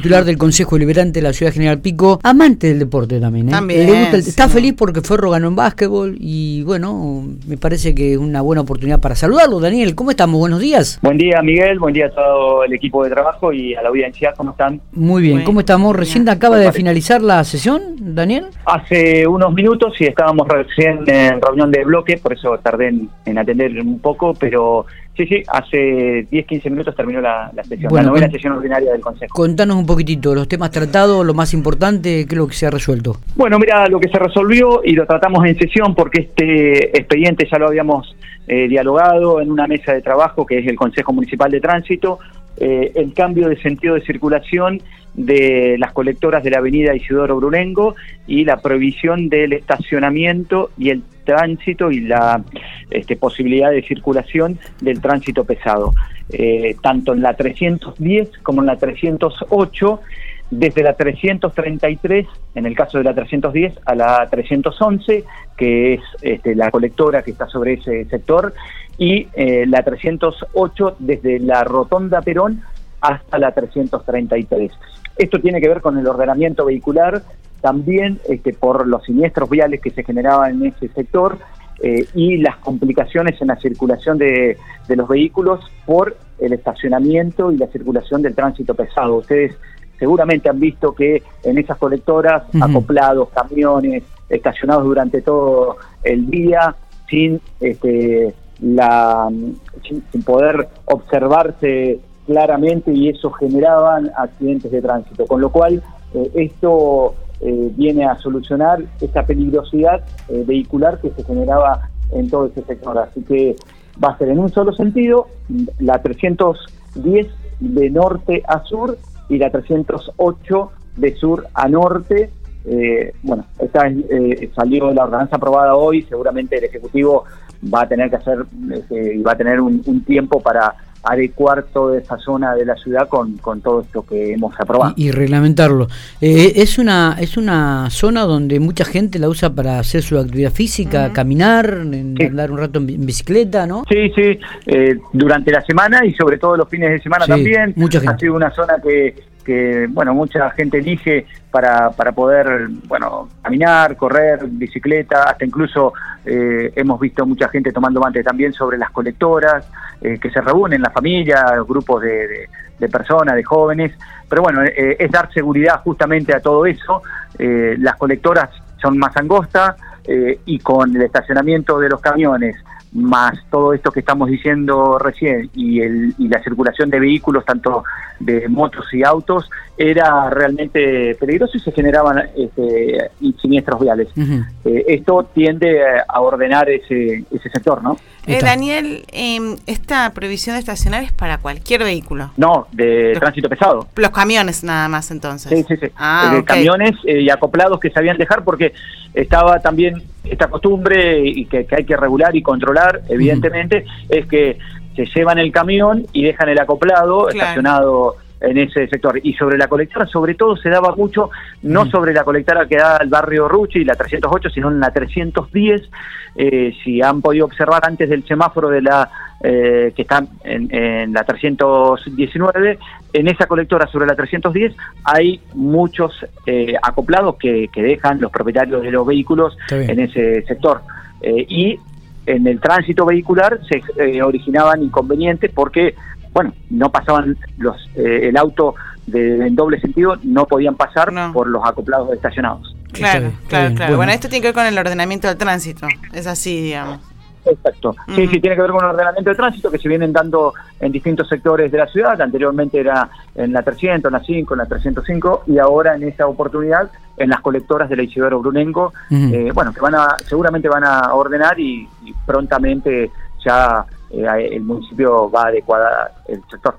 titular del Consejo Deliberante de la Ciudad General Pico, amante del deporte también, ¿eh? También, Le gusta está sí. feliz porque Ferro ganó en básquetbol y bueno, me parece que es una buena oportunidad para saludarlo. Daniel, ¿cómo estamos? Buenos días. Buen día, Miguel, buen día a todo el equipo de trabajo y a la audiencia, ¿cómo están? Muy bien, Bueno, ¿cómo estamos? Recién bien. acaba de finalizar la sesión, Daniel. Hace unos minutos y estábamos recién en reunión de bloque, por eso tardé en atender un poco, pero sí, hace 10-15 minutos terminó la sesión, Bueno, la novena sesión ordinaria del Consejo. Contanos un poquitito, los temas tratados, lo más importante, ¿qué es lo que se ha resuelto? Bueno, mira, lo que se resolvió y lo tratamos en sesión porque este expediente ya lo habíamos dialogado en una mesa de trabajo que es el Consejo Municipal de Tránsito, el cambio de sentido de circulación de las colectoras de la avenida Isidoro Brunengo y la prohibición del estacionamiento y el tránsito y la posibilidad de circulación del tránsito pesado, tanto en la 310 como en la 308, desde la 333, en el caso de la 310, a la 311, que es la colectora que está sobre ese sector, y la 308 desde la Rotonda Perón hasta la 333. Esto tiene que ver con el ordenamiento vehicular, también por los siniestros viales que se generaban en ese sector y las complicaciones en la circulación de los vehículos por el estacionamiento y la circulación del tránsito pesado. Ustedes seguramente han visto que en esas colectoras, acoplados, camiones, estacionados durante todo el día, sin poder observarse claramente, y eso generaban accidentes de tránsito, con lo cual esto viene a solucionar esa peligrosidad vehicular que se generaba en todo ese sector. Así que va a ser en un solo sentido, la 310 de norte a sur y la 308 de sur a norte. Salió la ordenanza aprobada hoy, seguramente el Ejecutivo va a tener que hacer y va a tener un tiempo para adecuar toda esa zona de la ciudad con todo esto que hemos aprobado. Y reglamentarlo. Es una zona donde mucha gente la usa para hacer su actividad física, caminar, andar un rato en bicicleta, ¿no? Sí, durante la semana y sobre todo los fines de semana también. Mucha gente. Ha sido una zona que mucha gente elige para poder, caminar, correr, bicicleta, hasta incluso hemos visto mucha gente tomando mate también sobre las colectoras, que se reúnen la familia, grupos de personas, de jóvenes, pero es dar seguridad justamente a todo eso. Las colectoras son más angostas y con el estacionamiento de los camiones, más todo esto que estamos diciendo recién y la circulación de vehículos, tanto de motos y autos, era realmente peligroso y se generaban siniestros viales. Esto tiende a ordenar ese sector, ¿no? Daniel, esta prohibición de estacionar es para cualquier vehículo. No, de tránsito pesado. Los camiones nada más, entonces. Sí. Okay. Camiones y acoplados que sabían dejar, porque estaba también esta costumbre y que hay que regular y controlar, evidentemente, es que se llevan el camión y dejan el acoplado estacionado en ese sector. Y sobre la colectora, sobre todo, se daba mucho, no sobre la colectora que da al barrio Ruchi, la 308, sino en la 310. Si han podido observar antes del semáforo de la que está en la 319, en esa colectora sobre la 310 hay muchos acoplados que dejan los propietarios de los vehículos en ese sector. Y en el tránsito vehicular se originaban inconvenientes porque no pasaban el auto en doble sentido, no podían pasar por los acoplados estacionados. Claro. Bueno, esto tiene que ver con el ordenamiento del tránsito, es así, digamos. Exacto. Sí, tiene que ver con el ordenamiento de tránsito que se vienen dando en distintos sectores de la ciudad. Anteriormente era en la 300, en la 5, en la 305 y ahora en esta oportunidad en las colectoras de la Isidoro Brunengo, que seguramente van a ordenar y prontamente ya el municipio va a adecuar el sector.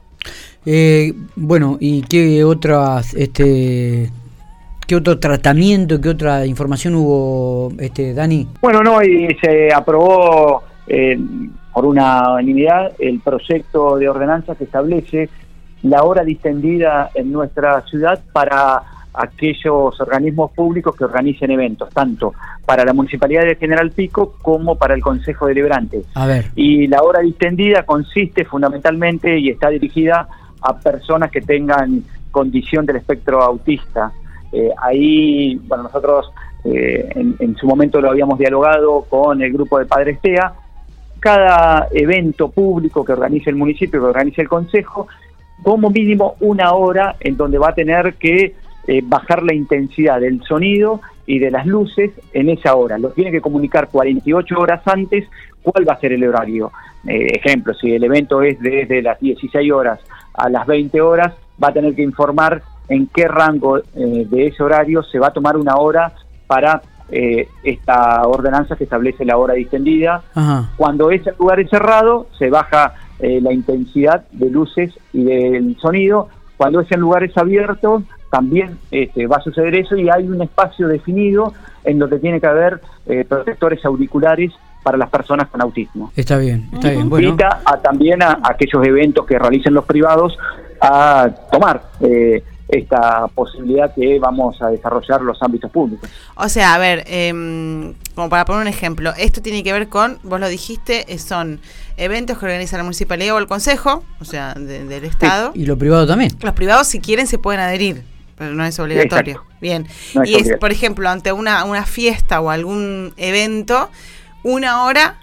¿Y qué otras qué otro tratamiento, qué otra información hubo, Dani? Y se aprobó por unanimidad el proyecto de ordenanza que establece la hora distendida en nuestra ciudad para aquellos organismos públicos que organicen eventos, tanto para la Municipalidad de General Pico como para el Consejo Deliberante. Y la hora distendida consiste fundamentalmente y está dirigida a personas que tengan condición del espectro autista. Ahí, bueno, nosotros en su momento lo habíamos dialogado con el grupo de Padres TEA. Cada evento público que organice el municipio, que organice el consejo, como mínimo 1 hora en donde va a tener que bajar la intensidad del sonido y de las luces en esa hora. Lo tiene que comunicar 48 horas antes cuál va a ser el horario. Ejemplo, si el evento es desde las 16 horas a las 20 horas, va a tener que informar en qué rango de ese horario se va a tomar 1 hora para esta ordenanza que establece la hora distendida. Ajá. Cuando ese lugar es cerrado, se baja la intensidad de luces y del sonido. Cuando es en lugares abiertos, también va a suceder eso, y hay un espacio definido en donde tiene que haber protectores auriculares para las personas con autismo. Está bien, está bien. Bueno. Invita también a aquellos eventos que realicen los privados a tomar esta posibilidad que vamos a desarrollar los ámbitos públicos. O sea, a ver, como para poner un ejemplo, esto tiene que ver con, vos lo dijiste, son eventos que organiza la municipalidad o el consejo, o sea, del Estado. Sí, y lo privado también. Los privados, si quieren, se pueden adherir, pero no es obligatorio. Exacto. Bien. No es obligatorio. Por ejemplo, ante una fiesta o algún evento, 1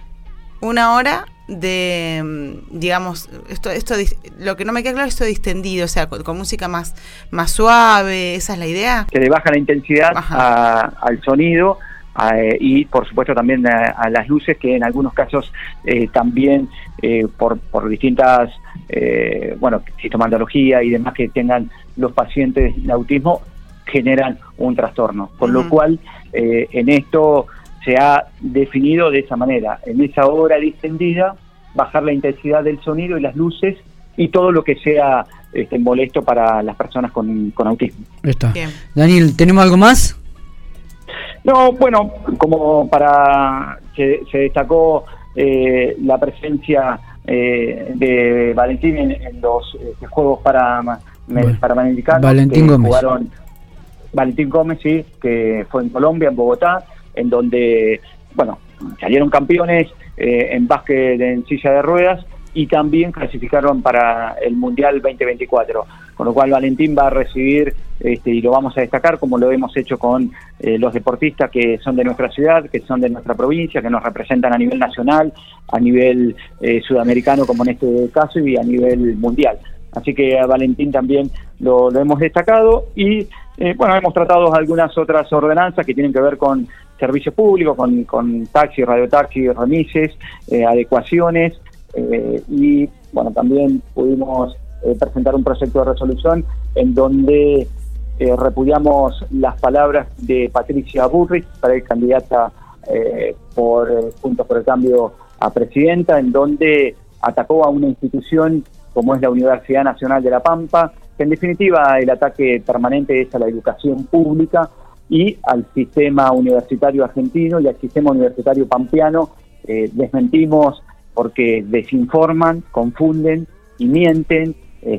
hora de, digamos, esto lo que no me queda claro es esto distendido, o sea, con música más suave. ¿Esa es la idea? Se le baja la intensidad al sonido y por supuesto también a las luces, que en algunos casos también por distintas sintomatología y demás que tengan los pacientes de autismo generan un trastorno, con lo cual en esto se ha definido de esa manera: en esa hora distendida, bajar la intensidad del sonido y las luces y todo lo que sea molesto para las personas con autismo. Está. Bien. Daniel, ¿tenemos algo más? No, bueno, como se destacó la presencia de Valentín en los Juegos Panamericanos. Valentín Gómez. Jugaron Valentín Gómez, sí, que fue en Colombia, en Bogotá, en donde, bueno, salieron campeones en básquet en silla de ruedas y también clasificaron para el Mundial 2024, con lo cual Valentín va a recibir, y lo vamos a destacar, como lo hemos hecho con los deportistas que son de nuestra ciudad, que son de nuestra provincia, que nos representan a nivel nacional, a nivel sudamericano, como en este caso, y a nivel mundial. Así que a Valentín también lo hemos destacado y, hemos tratado algunas otras ordenanzas que tienen que ver con servicios públicos, con taxi, radiotaxi, remises, adecuaciones, y también pudimos presentar un proyecto de resolución en donde repudiamos las palabras de Patricia Bullrich, para el candidata por Juntos por el Cambio a presidenta, en donde atacó a una institución como es la Universidad Nacional de La Pampa, que en definitiva el ataque permanente es a la educación pública y al sistema universitario argentino y al sistema universitario pampeano. Desmentimos porque desinforman, confunden y mienten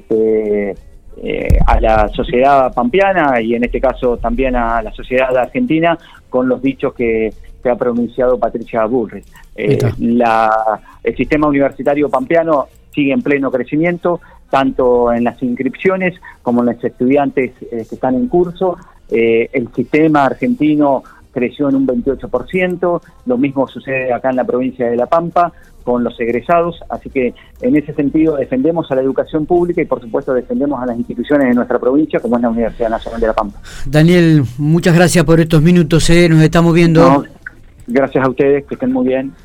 a la sociedad pampeana y en este caso también a la sociedad argentina con los dichos que ha pronunciado Patricia Bullrich. El sistema universitario pampeano sigue en pleno crecimiento, tanto en las inscripciones como en los estudiantes que están en curso. El sistema argentino creció en un 28%, lo mismo sucede acá en la provincia de La Pampa con los egresados, así que en ese sentido defendemos a la educación pública y por supuesto defendemos a las instituciones de nuestra provincia como es la Universidad Nacional de La Pampa. Daniel, muchas gracias por estos minutos, nos estamos viendo. No, gracias a ustedes, que estén muy bien.